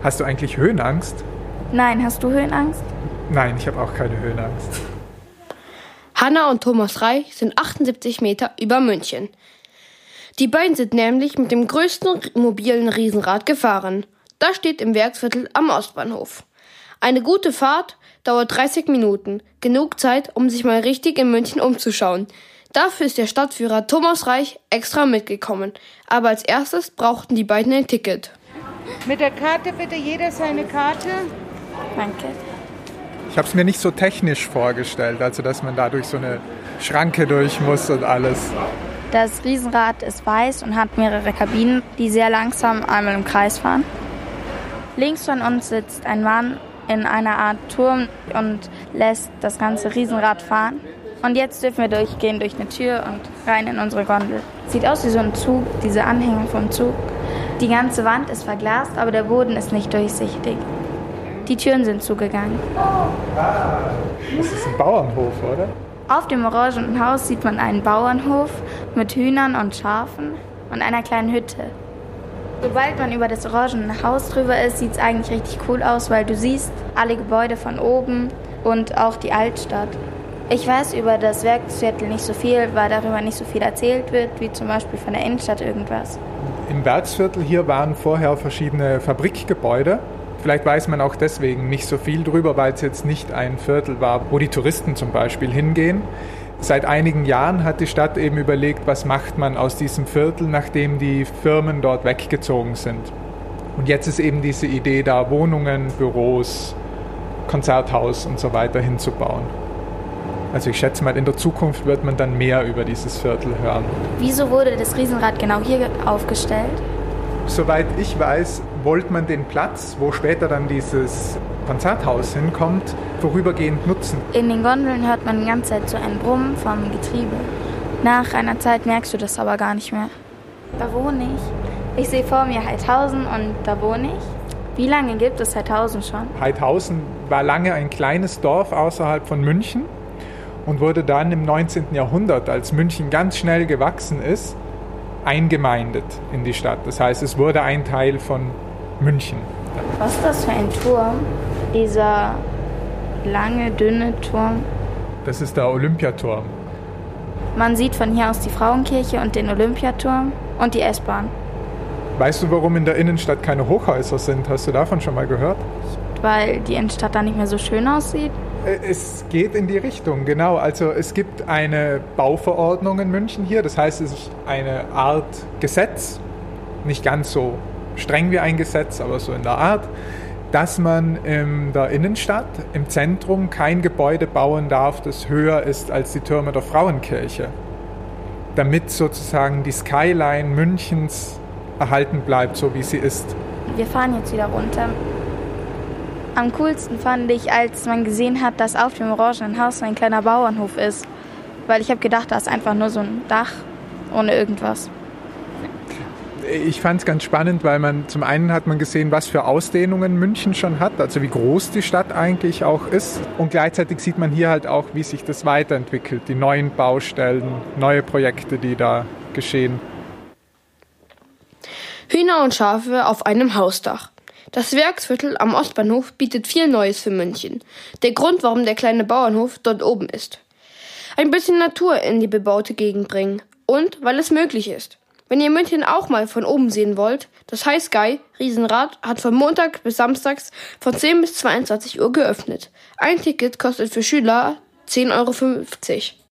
Hast du eigentlich Höhenangst? Nein, hast du Höhenangst? Nein, ich habe auch keine Höhenangst. Hanna und Thomas Reich sind 78 Meter über München. Die beiden sind nämlich mit dem größten mobilen Riesenrad gefahren. Das steht im Werksviertel am Ostbahnhof. Eine gute Fahrt dauert 30 Minuten. Genug Zeit, um sich mal richtig in München umzuschauen. Dafür ist der Stadtführer Thomas Reich extra mitgekommen. Aber als erstes brauchten die beiden ein Ticket. Mit der Karte bitte, jeder seine Karte. Danke. Ich habe es mir nicht so technisch vorgestellt, also dass man da durch so eine Schranke durch muss und alles. Das Riesenrad ist weiß und hat mehrere Kabinen, die sehr langsam einmal im Kreis fahren. Links von uns sitzt ein Mann in einer Art Turm und lässt das ganze Riesenrad fahren. Und jetzt dürfen wir durchgehen durch eine Tür und rein in unsere Gondel. Sieht aus wie so ein Zug, diese Anhänger vom Zug. Die ganze Wand ist verglast, aber der Boden ist nicht durchsichtig. Die Türen sind zugegangen. Das ist ein Bauernhof, oder? Auf dem orangenen Haus sieht man einen Bauernhof mit Hühnern und Schafen und einer kleinen Hütte. Sobald man über das orangene Haus drüber ist, sieht es eigentlich richtig cool aus, weil du siehst alle Gebäude von oben und auch die Altstadt. Ich weiß über das Werksviertel nicht so viel, weil darüber nicht so viel erzählt wird, wie zum Beispiel von der Innenstadt irgendwas. Im Werksviertel hier waren vorher verschiedene Fabrikgebäude. Vielleicht weiß man auch deswegen nicht so viel drüber, weil es jetzt nicht ein Viertel war, wo die Touristen zum Beispiel hingehen. Seit einigen Jahren hat die Stadt eben überlegt, was macht man aus diesem Viertel, nachdem die Firmen dort weggezogen sind. Und jetzt ist eben diese Idee da, Wohnungen, Büros, Konzerthaus und so weiter hinzubauen. Also ich schätze mal, in der Zukunft wird man dann mehr über dieses Viertel hören. Wieso wurde das Riesenrad genau hier aufgestellt? Soweit ich weiß, wollte man den Platz, wo später dann dieses Konzerthaus hinkommt, vorübergehend nutzen. In den Gondeln hört man die ganze Zeit so ein Brummen vom Getriebe. Nach einer Zeit merkst du das aber gar nicht mehr. Da wohne ich. Ich sehe vor mir Heidhausen und da wohne ich. Wie lange gibt es Heidhausen schon? Heidhausen war lange ein kleines Dorf außerhalb von München und wurde dann im 19. Jahrhundert, als München ganz schnell gewachsen ist, eingemeindet in die Stadt. Das heißt, es wurde ein Teil von München. Was ist das für ein Turm? Dieser lange, dünne Turm. Das ist der Olympiaturm. Man sieht von hier aus die Frauenkirche und den Olympiaturm und die S-Bahn. Weißt du, warum in der Innenstadt keine Hochhäuser sind? Hast du davon schon mal gehört? Weil die Innenstadt da nicht mehr so schön aussieht. Es geht in die Richtung, genau. Also es gibt eine Bauverordnung in München hier. Das heißt, es ist eine Art Gesetz, nicht ganz so streng wie ein Gesetz, aber so in der Art, dass man in der Innenstadt, im Zentrum, kein Gebäude bauen darf, das höher ist als die Türme der Frauenkirche, damit sozusagen die Skyline Münchens erhalten bleibt, so wie sie ist. Wir fahren jetzt wieder runter. Am coolsten fand ich, als man gesehen hat, dass auf dem orangenen Haus ein kleiner Bauernhof ist. Weil ich habe gedacht, da ist einfach nur so ein Dach ohne irgendwas. Ich fand es ganz spannend, weil zum einen hat man gesehen, was für Ausdehnungen München schon hat, also wie groß die Stadt eigentlich auch ist. Und gleichzeitig sieht man hier halt auch, wie sich das weiterentwickelt, die neuen Baustellen, neue Projekte, die da geschehen. Hühner und Schafe auf einem Hausdach. Das Werksviertel am Ostbahnhof bietet viel Neues für München. Der Grund, warum der kleine Bauernhof dort oben ist. Ein bisschen Natur in die bebaute Gegend bringen. Und weil es möglich ist. Wenn ihr München auch mal von oben sehen wollt, das High Sky Riesenrad hat von Montag bis Samstags von 10 bis 22 Uhr geöffnet. Ein Ticket kostet für Schüler 10,50 Euro.